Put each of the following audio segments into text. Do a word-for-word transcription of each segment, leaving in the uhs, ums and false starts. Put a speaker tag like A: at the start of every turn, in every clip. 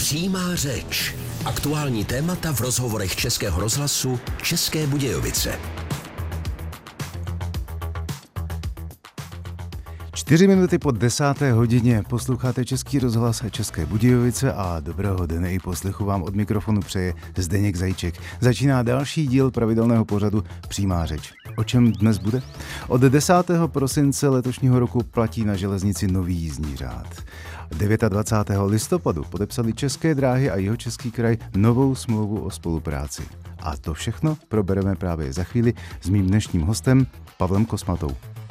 A: Přímá řeč. Aktuální témata v rozhovorech Českého rozhlasu České Budějovice.
B: Čtyři minuty po desáté hodině posloucháte Český rozhlas České Budějovice a dobrého dne i poslechu vám od mikrofonu přeje Zdeněk Zajíček. Začíná další díl pravidelného pořadu Přímá řeč. O čem dnes bude? Od desátého prosince letošního roku platí na železnici nový jízdní řád. dvacátého devátého listopadu podepsali České dráhy a Jihočeský kraj novou smlouvu o spolupráci. A to všechno probereme právě za chvíli s mým dnešním hostem Pavlem Kosmatou.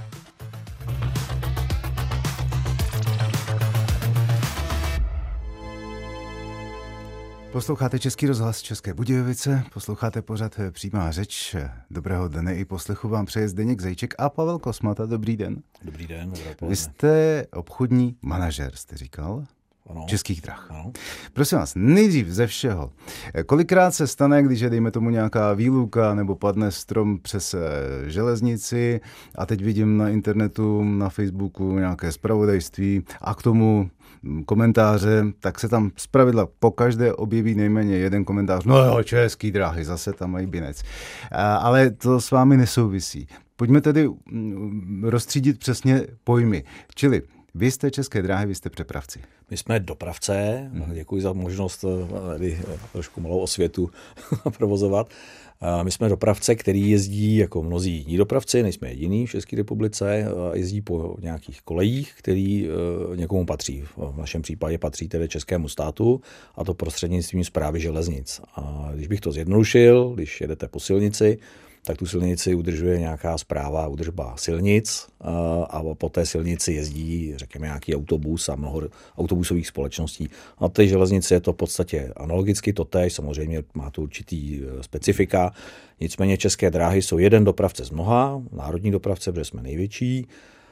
B: Posloucháte Český rozhlas České Budějovice, posloucháte pořad Přímá řeč. Dobrého dne i poslechu vám přeje Zdeněk Zajíček a Pavel Kosmata. Dobrý den.
C: Dobrý den.
B: Vy jste obchodní manažer, jste říkal?
C: Ano.
B: Českých drah.
C: Ano.
B: Prosím vás, nejdřív ze všeho. Kolikrát se stane, když je, dejme tomu, nějaká výluka nebo padne strom přes železnici a teď vidím na internetu, na Facebooku nějaké zpravodajství a k tomu komentáře, tak se tam zpravidla pokaždé objeví nejméně jeden komentář. No jo, Český dráhy, zase tam mají binec. Ale to s vámi nesouvisí. Pojďme tedy rozstřídit přesně pojmy. Čili vy jste České dráhy, vy jste přepravci.
C: My jsme dopravce. Děkuji za možnost tady trošku malou osvětu provozovat. My jsme dopravce, který jezdí jako mnozí jiní dopravci, nejsme jediný v České republice, jezdí po nějakých kolejích, který někomu patří. V našem případě patří tedy českému státu, a to prostřednictvím správy železnic. A když bych to zjednodušil, když jedete po silnici, tak tu silnici udržuje nějaká správa údržba silnic a po té silnici jezdí, řekněme, nějaký autobus a mnoho autobusových společností. A té železnici je to v podstatě analogicky totéž, samozřejmě má to určitý specifika. Nicméně České dráhy jsou jeden dopravce z mnoha, národní dopravce, protože jsme největší,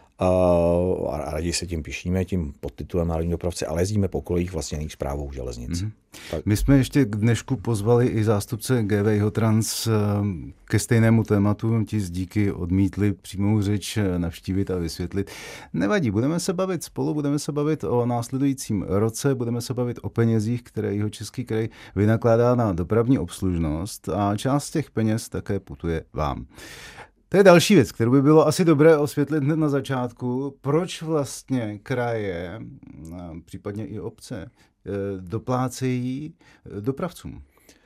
C: a raději se tím pyšníme, tím podtitulem národní dopravce, ale jezdíme po kolejích vlastněných správou železnic. Mm-hmm.
B: Tak. My jsme ještě k dnešku pozvali i zástupce G V Jihotrans ke stejnému tématu. Ti z díky odmítli přímou řeč navštívit a vysvětlit. Nevadí, budeme se bavit spolu, budeme se bavit o následujícím roce, budeme se bavit o penězích, které Jihočeský kraj vynakládá na dopravní obslužnost a část těch peněz také putuje vám. To je další věc, kterou by bylo asi dobré osvětlit hned na začátku. Proč vlastně kraje, případně i obce, doplácejí dopravcům?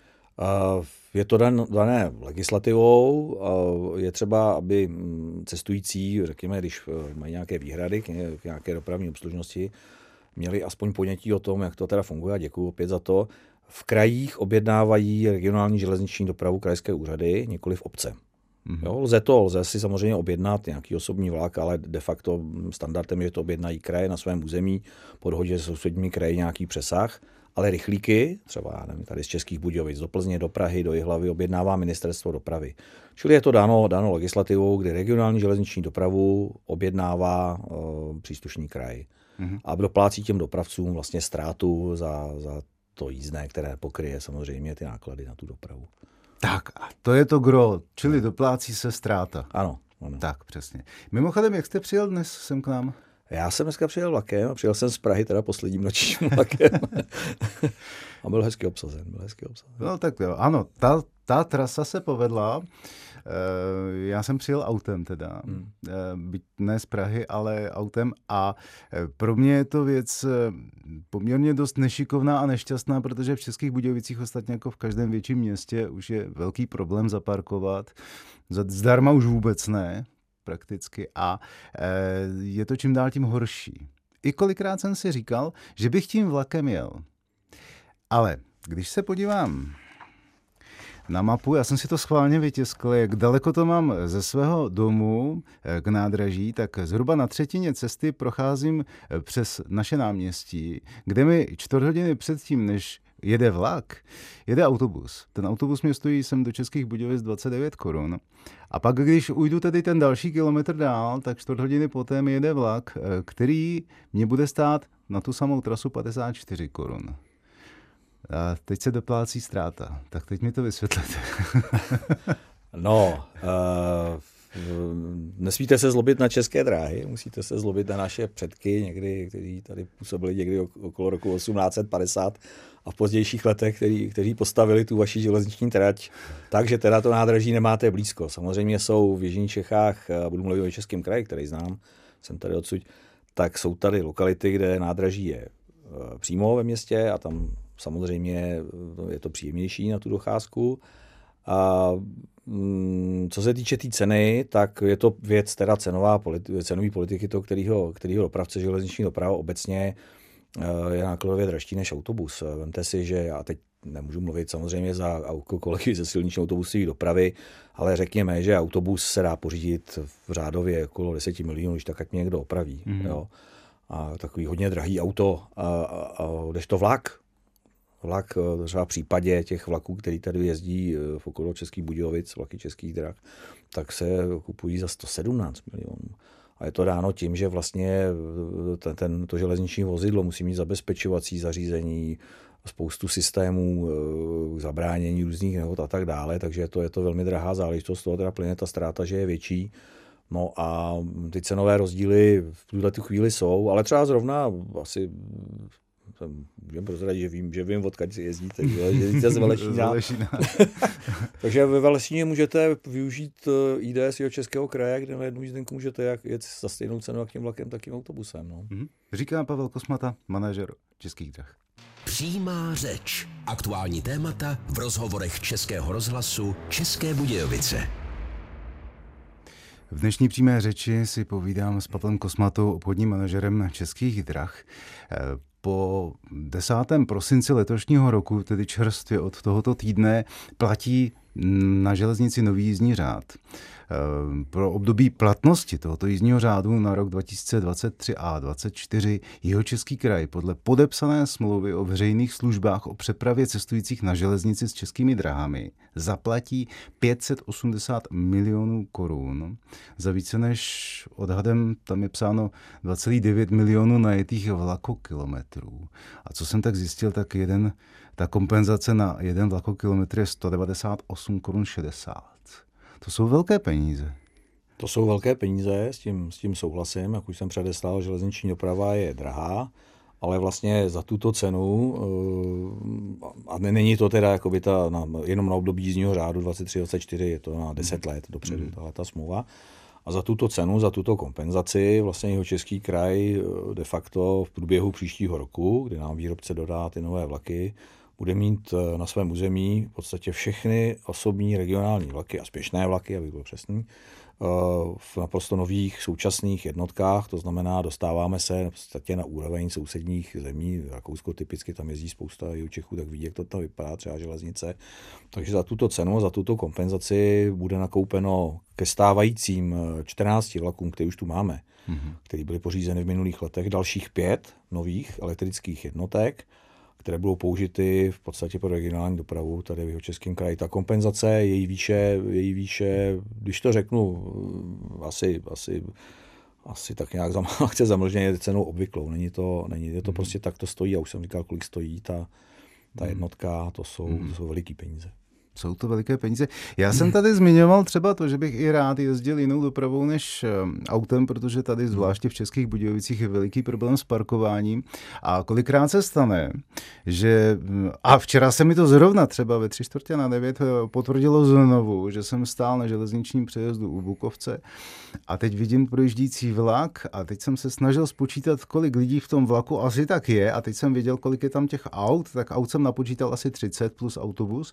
C: Je to dané legislativou. Je třeba, aby cestující, řekněme, když mají nějaké výhrady k nějaké dopravní obslužnosti, měli aspoň ponětí o tom, jak to teda funguje, a děkuju opět za to. V krajích objednávají regionální železniční dopravu krajské úřady, nikoliv obce. Jo, lze to, lze si samozřejmě objednat nějaký osobní vlak, ale de facto standardem je to objednají kraje na svém území, po dohodě s sousedními kraji nějaký přesah, ale rychlíky, třeba já nevím, tady z Českých Budějovic do Plzně, do Prahy, do Jihlavy objednává ministerstvo dopravy. Čili je to dáno, dáno legislativou, kdy regionální železniční dopravu objednává uh, příslušný kraj. Mm-hmm. A doplácí těm dopravcům vlastně ztrátu za, za to jízdné, které pokryje samozřejmě ty náklady na tu dopravu.
B: Tak a to je to gro, čili doplácí se ztráta.
C: Ano, ano.
B: Tak, přesně. Mimochodem, jak jste přijel dnes sem k nám?
C: Já jsem dneska přijel vlakem a přijel jsem z Prahy, teda posledním nočním vlakem. A byl hezky obsazen, byl hezky obsazen.
B: No tak jo, ano, ta, ta trasa se povedla. Já jsem přijel autem teda, hmm. byť ne z Prahy, ale autem, a pro mě je to věc poměrně dost nešikovná a nešťastná, protože v Českých Budějovicích, ostatně jako v každém větším městě, už je velký problém zaparkovat. Zdarma už vůbec ne, prakticky, a je to čím dál tím horší. I kolikrát jsem si říkal, že bych tím vlakem jel. Ale když se podívám na mapu, já jsem si to schválně vytiskl, jak daleko to mám ze svého domu k nádraží, tak zhruba na třetině cesty procházím přes naše náměstí, kde mi čtvrt hodiny předtím, než jede vlak, jede autobus. Ten autobus mě stojí sem do Českých Budějovic dvacet devět korun. A pak, když ujdu tedy ten další kilometr dál, tak čtvrt hodiny poté mi jede vlak, který mě bude stát na tu samou trasu padesát čtyři korun. A teď se doplácí ztráta. Tak teď mi to vysvětlete.
C: No, uh, nesmíte se zlobit na České dráhy, musíte se zlobit na naše předky, někdy, kteří tady působili někdy okolo roku osmnáct set padesát a v pozdějších letech, který, kteří postavili tu vaši železniční trať, takže teda to nádraží nemáte blízko. Samozřejmě jsou v jižních Čechách, budu mluvit o Českém kraji, který znám, jsem tady odsud, tak jsou tady lokality, kde nádraží je přímo ve městě a tam samozřejmě je to příjemnější na tu docházku. A co se týče té tý ceny, tak je to věc teda cenová politi- cenový politiky toho, kterýho, kterýho dopravce železniční doprava obecně je nákladově dražší než autobus. Vemte si, že já teď nemůžu mluvit samozřejmě za kolegy ze silniční autobusové dopravy, ale řekněme, že autobus se dá pořídit v řádově okolo deset milionů, když tak ať mě někdo opraví. Mm-hmm. Jo. A takový hodně drahý auto, a, a, a kdežto vlak, Vlak třeba v případě těch vlaků, který tady jezdí v okolo Českých Budějovic, vlaky Českých drah, tak se kupují za sto sedmnáct milionů. A je to dáno tím, že vlastně ten, ten, to železniční vozidlo musí mít zabezpečovací zařízení, spoustu systémů k zabránění různých nehod a tak dále, takže je to, je to velmi drahá záležitost, z toho teda plyne ta ztráta, že je větší. No a ty cenové rozdíly v tuhle tu chvíli jsou, ale třeba zrovna asi můžeme prozradit, že vím, že vím, odkud si jezdíte, že jezdíte z Velešína. Takže ve Velešíně můžete využít í dé es Jihočeského kraje, kde na jednu jízdenku můžete jak jet za stejnou cenu jak tím vlakem, tak tím autobusem. No.
B: Mm-hmm. Říká Pavel Kosmata, manažer Českých drah.
A: Přímá řeč. Aktuální témata v rozhovorech Českého rozhlasu České Budějovice.
B: V dnešní přímé řeči si povídám s Pavlem Kosmatou, obchodním manažerem Českých drah. Po desátém prosinci letošního roku, tedy čerstvě od tohoto týdne, platí na železnici nový jízdní řád. Pro období platnosti tohoto jízdního řádu na rok dva tisíce dvacet tři a dvacet čtyři Jihočeský kraj podle podepsané smlouvy o veřejných službách o přepravě cestujících na železnici s Českými dráhami zaplatí pět set osmdesát milionů korun za více než odhadem, tam je psáno dva celá devět milionů najetých vlakokilometrů. A co jsem tak zjistil, tak jeden, ta kompenzace na jeden vlakokilometr je sto devadesát osm korun šedesát. To jsou velké peníze.
C: To jsou velké peníze, s tím, s tím souhlasím. Jak už jsem předeslal, železniční doprava je drahá, ale vlastně za tuto cenu, a není to teda jakoby ta, na, jenom na období jízdního řádu dvacet tři dvacet čtyři, je to na deset let dopředu, mm. tahle ta smlouva. A za tuto cenu, za tuto kompenzaci vlastně Jihočeský kraj de facto v průběhu příštího roku, kdy nám výrobce dodá ty nové vlaky, bude mít na svém území v podstatě všechny osobní regionální vlaky a spěšné vlaky, aby byl přesný, v naprosto nových současných jednotkách, to znamená, dostáváme se v podstatě na úroveň sousedních zemí, Rakousko typicky, tam jezdí spousta Jihočechů, tak vidí, jak to tam vypadá, třeba železnice. Takže za tuto cenu, za tuto kompenzaci bude nakoupeno ke stávajícím čtrnácti vlakům, které už tu máme, mm-hmm. které byly pořízeny v minulých letech, dalších pět nových elektrických jednotek, které budou použity v podstatě pro regionální dopravu tady v Jihočeském kraji. Ta kompenzace, její výše, její výše, když to řeknu, asi, asi, asi tak nějak chce zamlženě cenou obvyklou. Není to, není, je to mm. prostě tak to stojí, a už jsem říkal, kolik stojí ta, ta jednotka, to jsou, mm. to jsou veliký peníze.
B: Jsou to veliké peníze. Já jsem tady zmiňoval třeba to, že bych i rád jezdil jinou dopravou než autem, protože tady zvláště v Českých Budějovicích je veliký problém s parkováním. A kolikrát se stane, že... A včera se mi to zrovna třeba ve tři čtvrtě na devět potvrdilo znovu, že jsem stál na železničním přejezdu u Bukovce a teď vidím projíždící vlak a teď jsem se snažil spočítat, kolik lidí v tom vlaku asi tak je a teď jsem věděl, kolik je tam těch aut, tak aut jsem napočítal asi třicet plus autobus.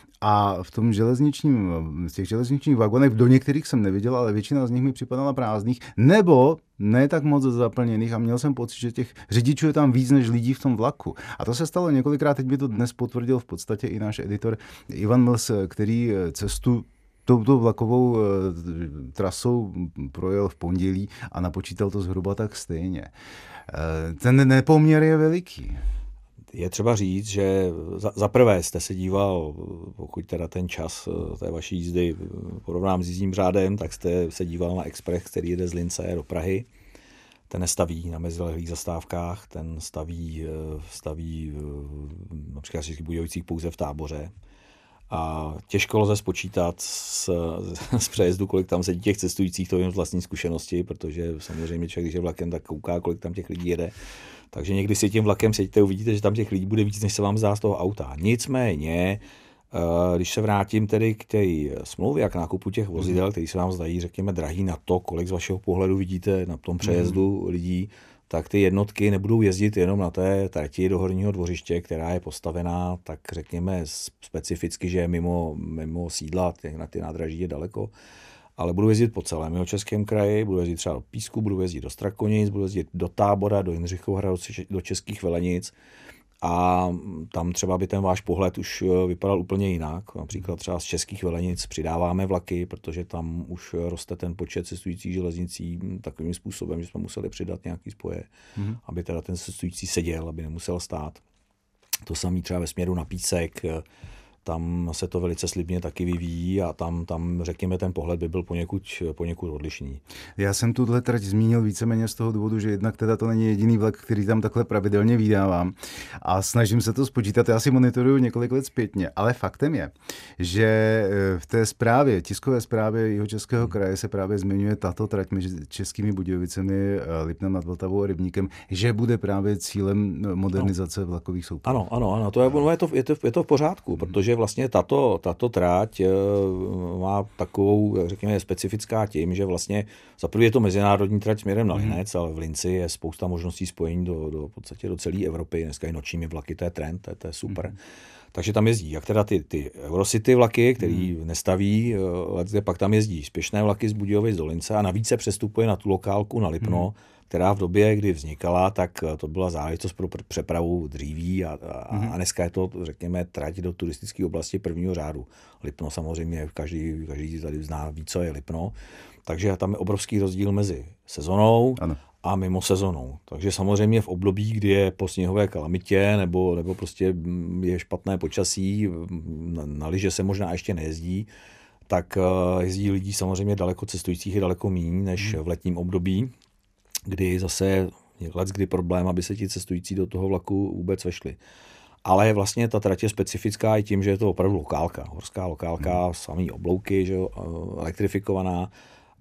B: A v tom železničním, v těch železničních vagonech, do některých jsem neviděl, ale většina z nich mi připadala prázdných, nebo ne tak moc zaplněných a měl jsem pocit, že těch řidičů je tam víc než lidí v tom vlaku. A to se stalo několikrát, teď by to dnes potvrdil v podstatě i náš editor Ivan Mils, který cestu touto vlakovou trasou projel v pondělí a napočítal to zhruba tak stejně. Ten nepoměr je veliký.
C: Je třeba říct, že za, za prvé jste se díval, pokud teda ten čas té vaší jízdy porovnám s jízdním řádem, tak jste se díval na Express, který jede z Lince do Prahy. Ten nestaví na mezilehlých zastávkách, ten staví, staví například v Českých Budějovicích pouze v Táboře. A těžko lze spočítat z, z přejezdu, kolik tam sedí těch cestujících, to vím z vlastní zkušenosti, protože samozřejmě člověk, když je vlakem, tak kouká, kolik tam těch lidí jede. Takže někdy si tím vlakem sedíte, uvidíte, že tam těch lidí bude víc, než se vám zdá z toho auta. Nicméně, když se vrátím tedy k té smlouvě a k nákupu těch vozidel, které se vám zdají, řekněme, drahý na to, kolik z vašeho pohledu vidíte na tom přejezdu lidí, tak ty jednotky nebudou jezdit jenom na té trati do Horního Dvořiště, která je postavená, tak řekněme specificky, že je mimo, mimo sídla, na ty nádraží je daleko, ale budou jezdit po celém Jihočeském kraji, budou jezdit třeba do Písku, budou jezdit do Strakonic, budou jezdit do Tábora, do Jindřichova, do Českých Velenic. A tam třeba by ten váš pohled už vypadal úplně jinak. Například třeba z Českých Velenic přidáváme vlaky, protože tam už roste ten počet cestujících železnicí takovým způsobem, že jsme museli přidat nějaký spoje, mm-hmm. aby teda ten cestující seděl, aby nemusel stát. To samé třeba ve směru na Písek, tam se to velice slibně taky vyvíjí a tam, tam řekněme, ten pohled by byl poněkud, poněkud odlišný.
B: Já jsem tuhle trať zmínil víceméně z toho důvodu, že jednak teda to není jediný vlak, který tam takhle pravidelně vydávám a snažím se to spočítat. Já si monitoruju několik let zpětně, ale faktem je, že v té zprávě, tiskové zprávě Jihočeského kraje se právě zmiňuje tato trať mezi Českými Budějovicemi, Lipnem nad Vltavou a Rybníkem, že bude právě cílem modernizace vlakových souprav.
C: Ano, ano, ano, to je, je, to, je, to, je to v pořádku, protože vlastně tato, tato tráť má takovou, řekněme, specifická tím, že vlastně za prvé je to mezinárodní trať směrem na Linec, ale v Linci je spousta možností spojení do, do, v podstatě do celé Evropy. Dneska i nočními vlaky, to je trend, to je, to je super. Mm. Takže tam jezdí jak teda ty, ty Eurocity vlaky, který mm. nestaví, kde pak tam jezdí spěšné vlaky z Budějovic do Lince a navíc se přestupuje na tu lokálku na Lipno, mm. která v době, kdy vznikala, tak to byla záležitost pro přepravu dříví a, a, mm. a dneska je to, řekněme, trať do turistické oblasti prvního řádu. Lipno samozřejmě, každý, každý tady zná, ví, co je Lipno. Takže tam je obrovský rozdíl mezi sezonou ano. a mimo sezonou. Takže samozřejmě v období, kdy je po sněhové kalamitě nebo, nebo prostě je špatné počasí, na, na lyže se možná ještě nejezdí, tak jezdí lidí samozřejmě daleko cestujících je daleko méně než v letním období, kdy zase je leckdy problém, aby se ti cestující do toho vlaku vůbec vešli. Ale vlastně ta trať je specifická i tím, že je to opravdu lokálka, horská lokálka, hmm. samý oblouky, že jo, elektrifikovaná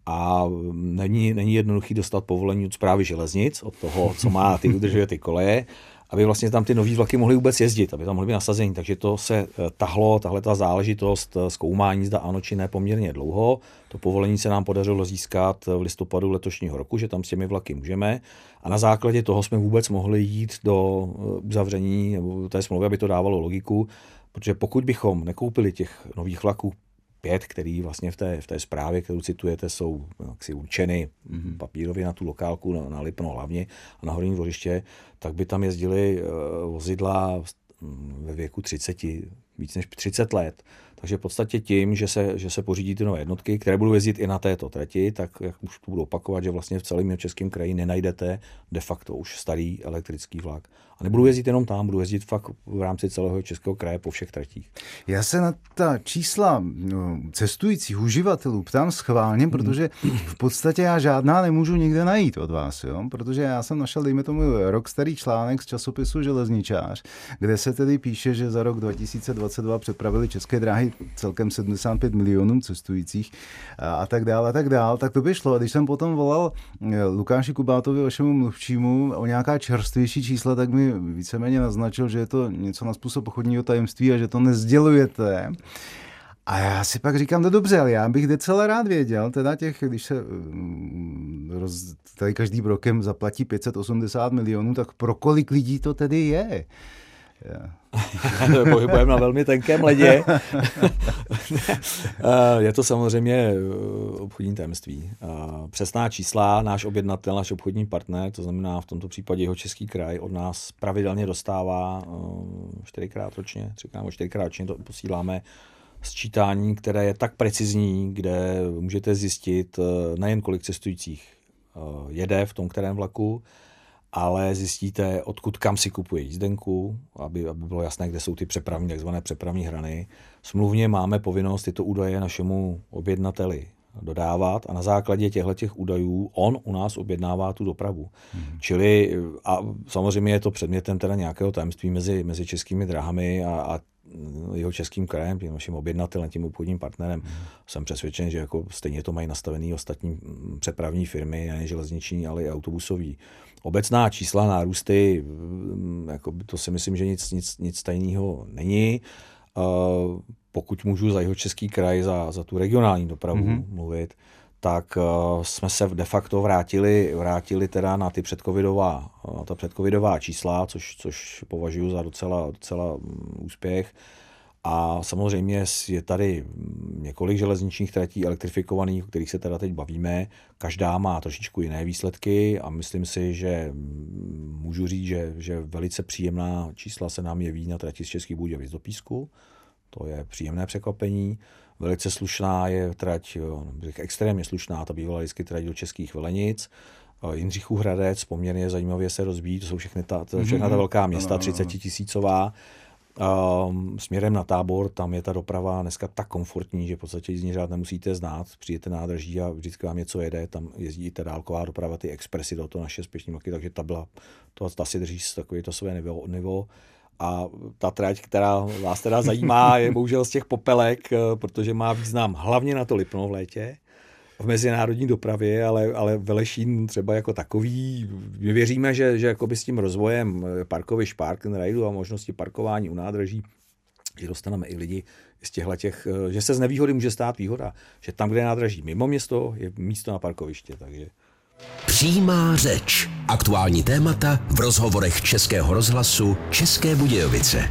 C: a není, není jednoduchý dostat povolení od Správy železnic, od toho, co má ty udržuje ty koleje, aby vlastně tam ty nový vlaky mohly vůbec jezdit, aby tam mohly být nasazení. Takže to se tahlo, tahle ta záležitost zkoumání, zda ano či ne, poměrně dlouho. To povolení se nám podařilo získat v listopadu letošního roku, že tam s těmi vlaky můžeme. A na základě toho jsme vůbec mohli jít do uzavření té smlouvy, aby to dávalo logiku, protože pokud bychom nekoupili těch nových vlaků pět, který vlastně v té, v té zprávě, kterou citujete, jsou jaksi určeny mm-hmm. papírově na tu lokálku, na, na Lipno hlavně a na Horní Dvořiště, tak by tam jezdily uh, vozidla ve věku třicet, víc než třicet let. Takže v podstatě tím, že se, že se pořídí ty nové jednotky, které budou jezdit i na této trati, tak jak už to budu opakovat, že vlastně v celém Českém kraji nenajdete de facto už starý elektrický vlak. A nebudou jezdit jenom tam, budou jezdit fakt v rámci celého Českého kraje po všech tratích.
B: Já se na ta čísla no, cestujících uživatelů ptám schválně, mm. protože v podstatě já žádná nemůžu nikde najít od vás, jo? Protože já jsem našel, dejme tomu, rok starý článek z časopisu Železničář, kde se tedy píše, že za rok dva tisíce dvacet dva přepravili České dráhy celkem sedmdesát pět milionů cestujících a, a tak dále, a tak dále. Tak to by šlo. A když jsem potom volal Lukáši Kubátovi, vašemu mluvčímu, o nějaká čerstvější čísla, tak mi víceméně naznačil, že je to něco na způsob obchodního tajemství a že to nesdělujete. A já si pak říkám, no dobře, ale já bych docela rád věděl, teda těch, když se roz, tady každým rokem zaplatí pět set osmdesát milionů, tak pro kolik lidí to tedy je?
C: Yeah. Pohybujeme na velmi tenkém ledě. Je to samozřejmě obchodní tajemství. Přesná čísla náš objednatel, náš obchodní partner, to znamená v tomto případě Jihočeský kraj, od nás pravidelně dostává čtyřikrát ročně, třikrát nebo čtyřikrát ročně to posíláme sčítání, které je tak precizní, kde můžete zjistit nejen kolik cestujících jede v tom kterém vlaku, ale zjistíte, odkud kam si kupuje jízdenku, aby, aby bylo jasné, kde jsou ty přepravní, takzvané přepravní hrany. Smluvně máme povinnost tyto údaje našemu objednateli dodávat a na základě těchto údajů on u nás objednává tu dopravu. Hmm. Čili a samozřejmě je to předmětem teda nějakého tajemství mezi, mezi Českými dráhami a, a jeho Českým krajem, tím naším objednatelem, tím obchodním partnerem. Hmm. Jsem přesvědčen, že jako stejně to mají nastavený ostatní přepravní firmy, ne železniční, ale i autobusový. Obecná čísla, nárůsty, jako to si myslím, že nic, nic, nic tajného není. Pokud můžu za jeho Český kraj, za, za tu regionální dopravu mm-hmm. mluvit, tak uh, jsme se de facto vrátili, vrátili teda na ty předcovidová, na ta předcovidová čísla, což, což považuji za docela, docela úspěch. A samozřejmě je tady několik železničních tratí elektrifikovaných, o kterých se teda teď bavíme. Každá má trošičku jiné výsledky a myslím si, že můžu říct, že, že velice příjemná čísla se nám jeví na trati z Českých Budějovic do Písku. To je příjemné překvapení. Velice slušná je trať, extrémně slušná, ta bývala vždycky trať do Českých Velenic. Jindřichův Hradec poměrně zajímavě se rozvíjí, to jsou všechny ta, všechna ta velká města, třicetitisícová. Um, směrem na Tábor, tam je ta doprava dneska tak komfortní, že v podstatě jízdní řád nemusíte znát, přijete na nádraží a vždycky vám něco jede, tam jezdí ta dálková doprava, ty expresy do toho naše spěšní vlaky, takže ta byla, to, ta si drží takový to své nivo, nivo. A ta trať, která vás teda zajímá, je bohužel z těch popelek, protože má význam hlavně na to Lipno v létě, v mezinárodní dopravě, ale, ale Velešín třeba jako takový. My věříme, že, že jakoby s tím rozvojem parkovišť, park and ride a možnosti parkování u nádraží, že dostaneme i lidi z těchto těch, že se z nevýhody může stát výhoda, že tam, kde je nádraží mimo město, je místo na parkoviště, takže...
A: Přímá řeč. Aktuální témata v rozhovorech Českého rozhlasu České Budějovice.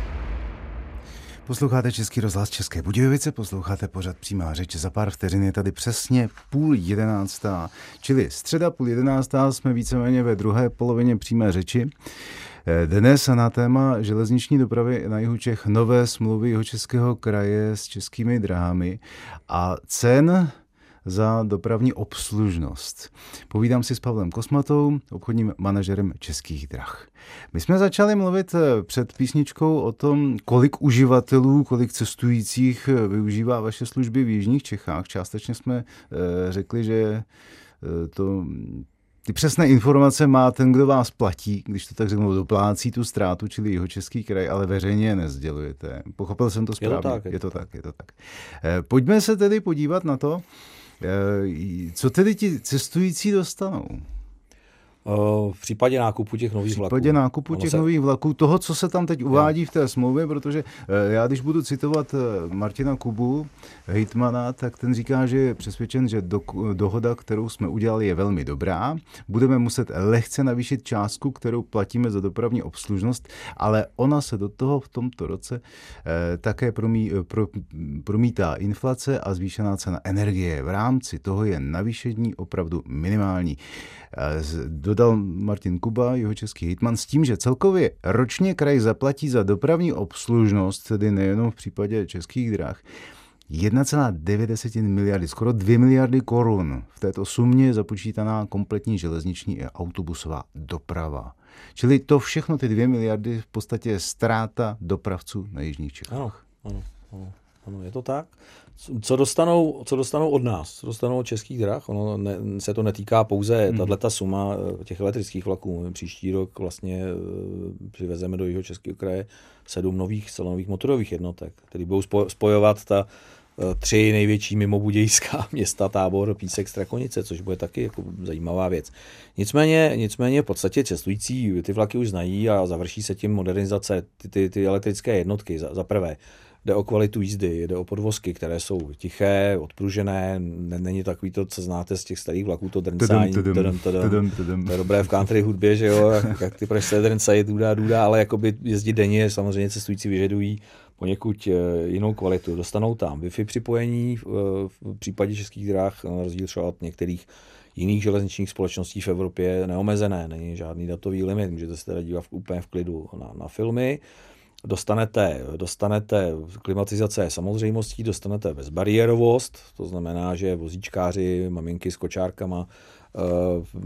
B: Posloucháte Český rozhlas České Budějovice, posloucháte pořad Přímá řeč. Za pár vteřin je tady přesně půl jedenáctá, čili středa půl jedenáctá, jsme víceméně ve druhé polovině přímé řeči. Dnes na téma železniční dopravy na jihu Čech nové smlouvy Jihočeského kraje s Českými dráhami a cen za dopravní obslužnost. Povídám si s Pavlem Kosmatou, obchodním manažerem Českých drah. My jsme začali mluvit před písničkou o tom, kolik uživatelů, kolik cestujících využívá vaše služby v jižních Čechách. Částečně jsme řekli, že to... Ty přesné informace má ten, kdo vás platí, když to tak řeknu, doplácí tu ztrátu, čili Jihočeský kraj, ale veřejně je nezdělujete. Pochopil jsem to správně? Je to tak. Je to tak, je to tak. Pojďme se tedy podívat na to, co tedy ti cestující dostanou.
C: V případě nákupu těch nových vlaků.
B: V případě vlaků. nákupu těch se... nových vlaků, toho, co se tam teď uvádí v té smlouvě, protože já, když budu citovat Martina Kubu, hejtmana, tak ten říká, že je přesvědčen, že do, dohoda, kterou jsme udělali, je velmi dobrá. Budeme muset lehce navýšit částku, kterou platíme za dopravní obslužnost, ale ona se do toho v tomto roce eh, také promí, pro, promítá inflace a zvýšená cena energie. V rámci toho je navýšení opravdu minimální. Dodal Martin Kuba, jihočeský hejtman, s tím, že celkově ročně kraj zaplatí za dopravní obslužnost, tedy nejenom v případě Českých drah, jedna celá devět miliardy, skoro dvě miliardy korun. V této sumě je započítaná kompletní železniční a autobusová doprava. Čili to všechno, ty dvě miliardy, v podstatě je ztráta dopravců na jižních Čechách.
C: Ano, ano, ano, ano, je to tak. Co dostanou, co dostanou od nás, co dostanou od Českých drah, ono ne, se to netýká pouze hmm. tato suma těch elektrických vlaků. Příští rok vlastně přivezeme do Jihočeského kraje sedm nových celonových motorových jednotek, které budou spojovat ta tři největší mimobudějská města, Tábor, Písek, Strakonice, což bude taky jako zajímavá věc. Nicméně, nicméně v podstatě cestující ty vlaky už znají a završí se tím modernizace, ty, ty, ty elektrické jednotky za, za prvé. Jde o kvalitu jízdy, jde o podvozky, které jsou tiché, odpružené, není takový to, co znáte z těch starých vlaků, to drncání, to je dobré v country hudbě, že jo, jak ty proč se drncají, duda, duda, ale jakoby jezdit denně, samozřejmě cestující vyžadují poněkud jinou kvalitu. Dostanou tam Wi-Fi připojení v případě Českých drah, na rozdíl třeba od některých jiných železničních společností v Evropě neomezené, není žádný datový limit, můžete se teda dívat úplně v klidu na, na filmy. Dostanete, dostanete klimatizace samozřejmostí, dostanete bezbariérovost, to znamená, že vozíčkáři, maminky s kočárkama uh,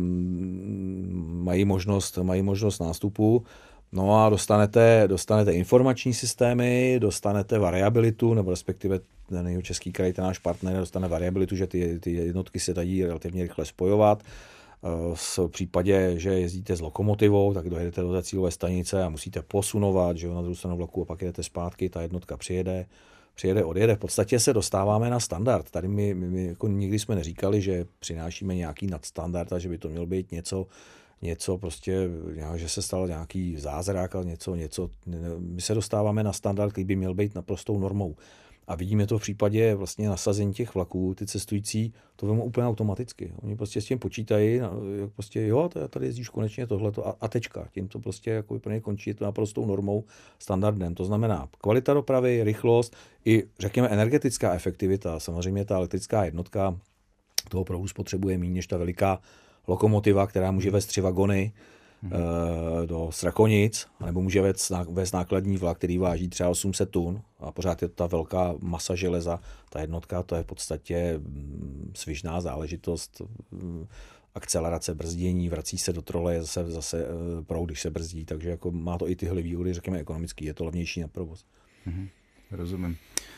C: mají možnost, mají možnost nástupu. No a dostanete, dostanete informační systémy, dostanete variabilitu, nebo respektive ten jeho český kraj, ten náš partner, dostane variabilitu, že ty, ty jednotky se dají relativně rychle spojovat. V případě, že jezdíte s lokomotivou, tak dojedete do té cílové stanice a musíte posunovat, že jo, na druhou stranu vlaku a pak jedete zpátky, ta jednotka přijede, přijede, odjede. V podstatě se dostáváme na standard. Tady my, my, my jako nikdy jsme neříkali, že přinášíme nějaký nadstandard a že by to mělo být něco, něco prostě, že se stal nějaký zázrak a něco, něco. My se dostáváme na standard, který by měl být naprostou normou. A vidíme to v případě vlastně nasazení těch vlaků, ty cestující, to vemu úplně automaticky. Oni prostě s tím počítají, prostě jo, tady jezdíš konečně tohleto a, a tečka. Tím to prostě jako pro ně končí, je to naprostou normou, standardem. To znamená kvalita dopravy, rychlost i řekněme energetická efektivita. Samozřejmě ta elektrická jednotka toho proudu spotřebuje méně než ta veliká lokomotiva, která může vést tři vagony do Strakonic, nebo může vést nákladní vlak, který váží třeba osm set tun a pořád je to ta velká masa železa. Ta jednotka, to je v podstatě svižná záležitost, akcelerace, brzdění, vrací se do trole, zase, zase proud, když se brzdí, takže jako má to i tyhle výhody, řekněme ekonomický, je to levnější na provoz.
B: Mhm, rozumím.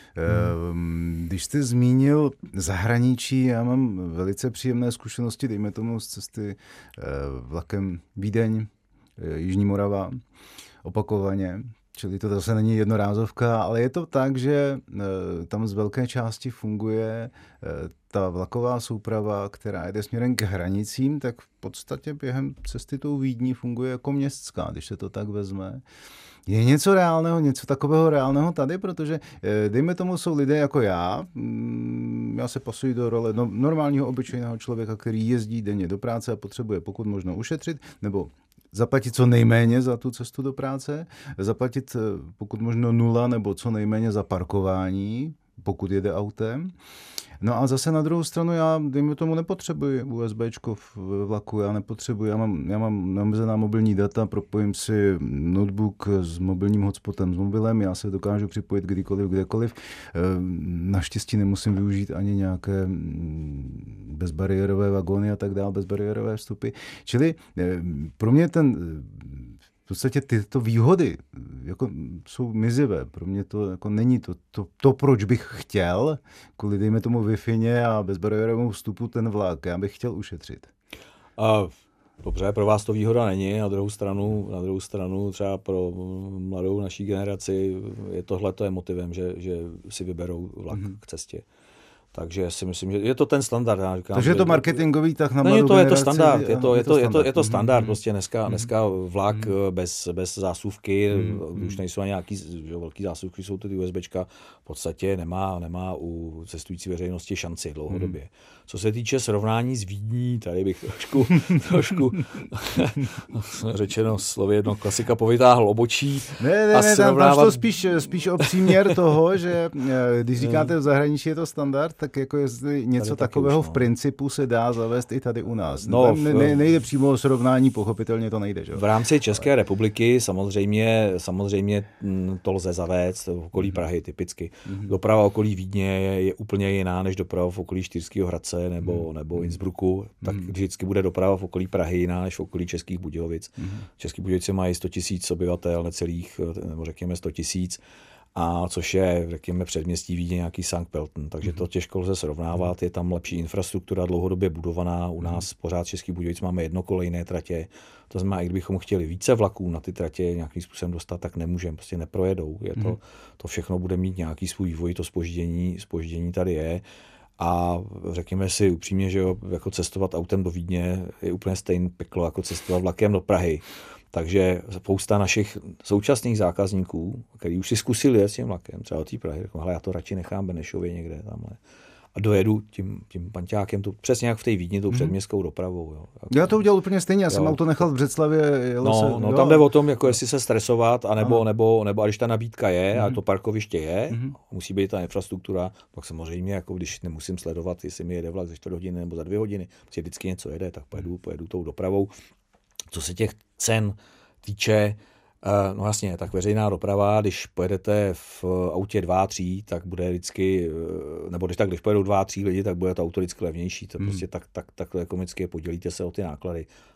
B: Když jste zmínil zahraničí, já mám velice příjemné zkušenosti, dejme tomu z cesty vlakem Vídeň, Jižní Morava, opakovaně. Čili to zase není jednorázovka, ale je to tak, že tam z velké části funguje ta vlaková souprava, která jede směrem k hranicím, tak v podstatě během cesty tou Vídní funguje jako městská, když se to tak vezme. Je něco reálného, něco takového reálného tady, protože dejme tomu jsou lidé jako já, já se pasuji do role normálního obyčejného člověka, který jezdí denně do práce a potřebuje pokud možno ušetřit, nebo zaplatit co nejméně za tu cestu do práce, zaplatit pokud možno nula nebo co nejméně za parkování, pokud jede autem. No a zase na druhou stranu já, dejme tomu, nepotřebuji USBčko v vlaku, já nepotřebuji, já mám, já mám namezená mobilní data, propojím si notebook s mobilním hotspotem s mobilem, já se dokážu připojit kdykoliv, kdekoliv. Naštěstí nemusím využít ani nějaké bezbariérové vagóny a tak dále, bezbariérové vstupy. Čili pro mě ten v podstatě tyto výhody jako jsou mizivé. Pro mě to jako není to, to, to, proč bych chtěl, kvůli dejme tomu Wi-Fi a bezbariérovému vstupu ten vlak. Já bych chtěl ušetřit.
C: A dobře, pro vás to výhoda není. Na druhou stranu, na druhou stranu třeba pro mladou naší generaci je tohle to je motivem, že, že si vyberou vlak mm-hmm. k cestě. Takže si myslím, že je to ten standard. Já říkám,
B: takže je to marketingový tak na
C: mladou
B: generaci.
C: No je to standard, je to, je to, je to, je to standard.
B: Mm-hmm.
C: Prostě dneska, dneska vlak mm-hmm. bez, bez zásuvky,
B: mm-hmm.
C: už nejsou ani nějaký že, velký zásuvky, jsou ty USBčka, v podstatě nemá, nemá u cestující veřejnosti šanci dlouhodobě. Mm-hmm. Co se týče srovnání s Vídní, tady bych trošku, trošku řečeno slovy jedno klasika povytáhl obočí.
B: Ne, ne, ne, srovnávat... tam to spíš, spíš o příměr toho, že když říkáte v zahraničí je to standard, tak jako jestli něco takového už, no. v principu se dá zavést i tady u nás. No, ne, ne, nejde přímo o srovnání, pochopitelně to nejde. Že?
C: V rámci České Ale... republiky samozřejmě, samozřejmě to lze zavést, v okolí Prahy typicky. Mm-hmm. Doprava okolí Vídně je, je úplně jiná než doprava v okolí Štýrského Hradce nebo, mm-hmm. nebo Innsbrucku. Tak mm-hmm. vždycky bude doprava v okolí Prahy jiná než v okolí Českých Budějovic. Mm-hmm. České Budějovice mají sto tisíc obyvatel, necelých, nebo řekněme sto tisíc. A což je, řekněme, předměstí Vídně nějaký Sankt Pölten. Takže to těžko lze srovnávat. Je tam lepší infrastruktura, dlouhodobě budovaná. U nás pořád v Českých Budějovicích máme jednokolejné tratě. To znamená, i kdybychom chtěli více vlaků na ty tratě nějakým způsobem dostat, tak nemůžeme, prostě neprojedou. Je to, to všechno bude mít nějaký svůj vývoj, to zpoždění, zpoždění tady je. A řekněme si upřímně, že jo, jako cestovat autem do Vídně je úplně stejné peklo, jako cestovat vlakem do Prahy. Takže spousta našich současných zákazníků, kteří už si zkusili jet s tím vlakem, třeba od té Prahy, řekl, hele, já to radši nechám Benešově někde tamhle. A dojedu tím, tím panťákem, tu, přesně jak v té Vídni, tou předměstskou dopravou. Jo.
B: Já to udělal úplně stejně, já jo. jsem auto nechal v Břeclavě.
C: No,
B: se,
C: no
B: jo.
C: tam jde o tom, jako jestli se stresovat, anebo, nebo, nebo a když ta nabídka je, mm-hmm. a to parkoviště je, mm-hmm. musí být ta infrastruktura, pak samozřejmě, jako když nemusím sledovat, jestli mi jede vlak za čtvrt hodiny nebo za dvě hodiny, protože vždycky něco jede, tak pojedu, pojedu tou dopravou. Co se těch cen týče, no jasně, tak veřejná doprava, když pojedete v autě dva, tři, tak bude vždycky, nebo když tak, když pojedou dva, tři lidi, tak bude to auto vždycky levnější. To hmm. prostě tak, tak, takhle komicky podělíte se o ty náklady.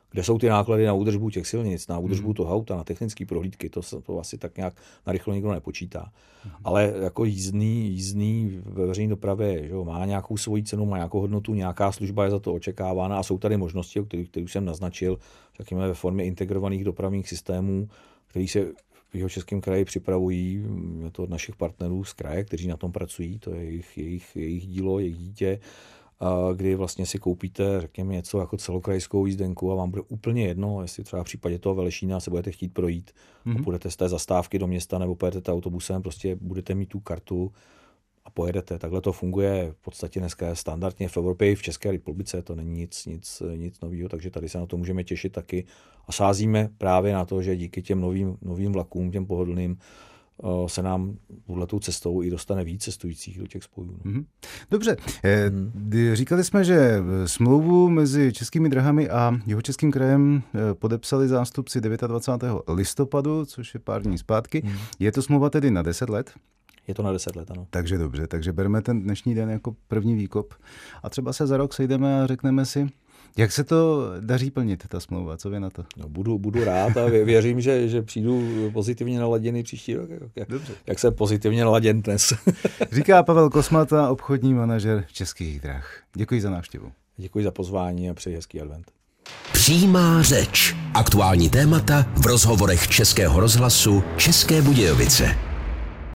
C: Kde jsou ty náklady na údržbu těch silnic, na údržbu hmm. toho auta, na technické prohlídky, to, to asi tak nějak narychlo nikdo nepočítá. Hmm. Ale jako jízdný, jízdný ve veřejné dopravě, že jo, má nějakou svoji cenu, má nějakou hodnotu, nějaká služba je za to očekávána a jsou tady možnosti, které už jsem naznačil, řekněme ve formě integrovaných dopravních systémů, který se v Jihočeském kraji připravují, je to od našich partnerů z kraje, kteří na tom pracují, to je jejich, jejich, jejich dílo, jejich dítě, kdy vlastně si koupíte, řekněme, něco jako celokrajskou jízdenku a vám bude úplně jedno, jestli třeba v případě toho Velešína se budete chtít projít mm-hmm. a půjdete z té zastávky do města nebo pojedete autobusem, prostě budete mít tu kartu a pojedete. Takhle to funguje v podstatě dneska standardně v Evropě i v České republice, to není nic, nic, nic nového, takže tady se na to můžeme těšit taky a sázíme právě na to, že díky těm novým, novým vlakům, těm pohodlným, se nám touhletou cestou i dostane víc cestujících do těch spojů. No.
B: Dobře. Říkali jsme, že smlouvu mezi Českými dráhami a Jihočeským krajem podepsali zástupci dvacátého devátého listopadu, což je pár dní zpátky. Hmm. Je to smlouva tedy na deset let?
C: Je to na deset let, ano.
B: Takže dobře, takže bereme ten dnešní den jako první výkop a třeba se za rok sejdeme a řekneme si, jak se to daří plnit, ta smlouva? Co vy na to?
C: No, budu, budu rád a věřím, že, že přijdu pozitivně naladěný příští rok. Jak, jak jsem pozitivně naladěn dnes.
B: Říká Pavel Kosmata, obchodní manažer Českých drah. Děkuji za návštěvu.
C: Děkuji za pozvání a přeji hezký advent.
A: Přímá řeč. Aktuální témata v rozhovorech Českého rozhlasu České Budějovice.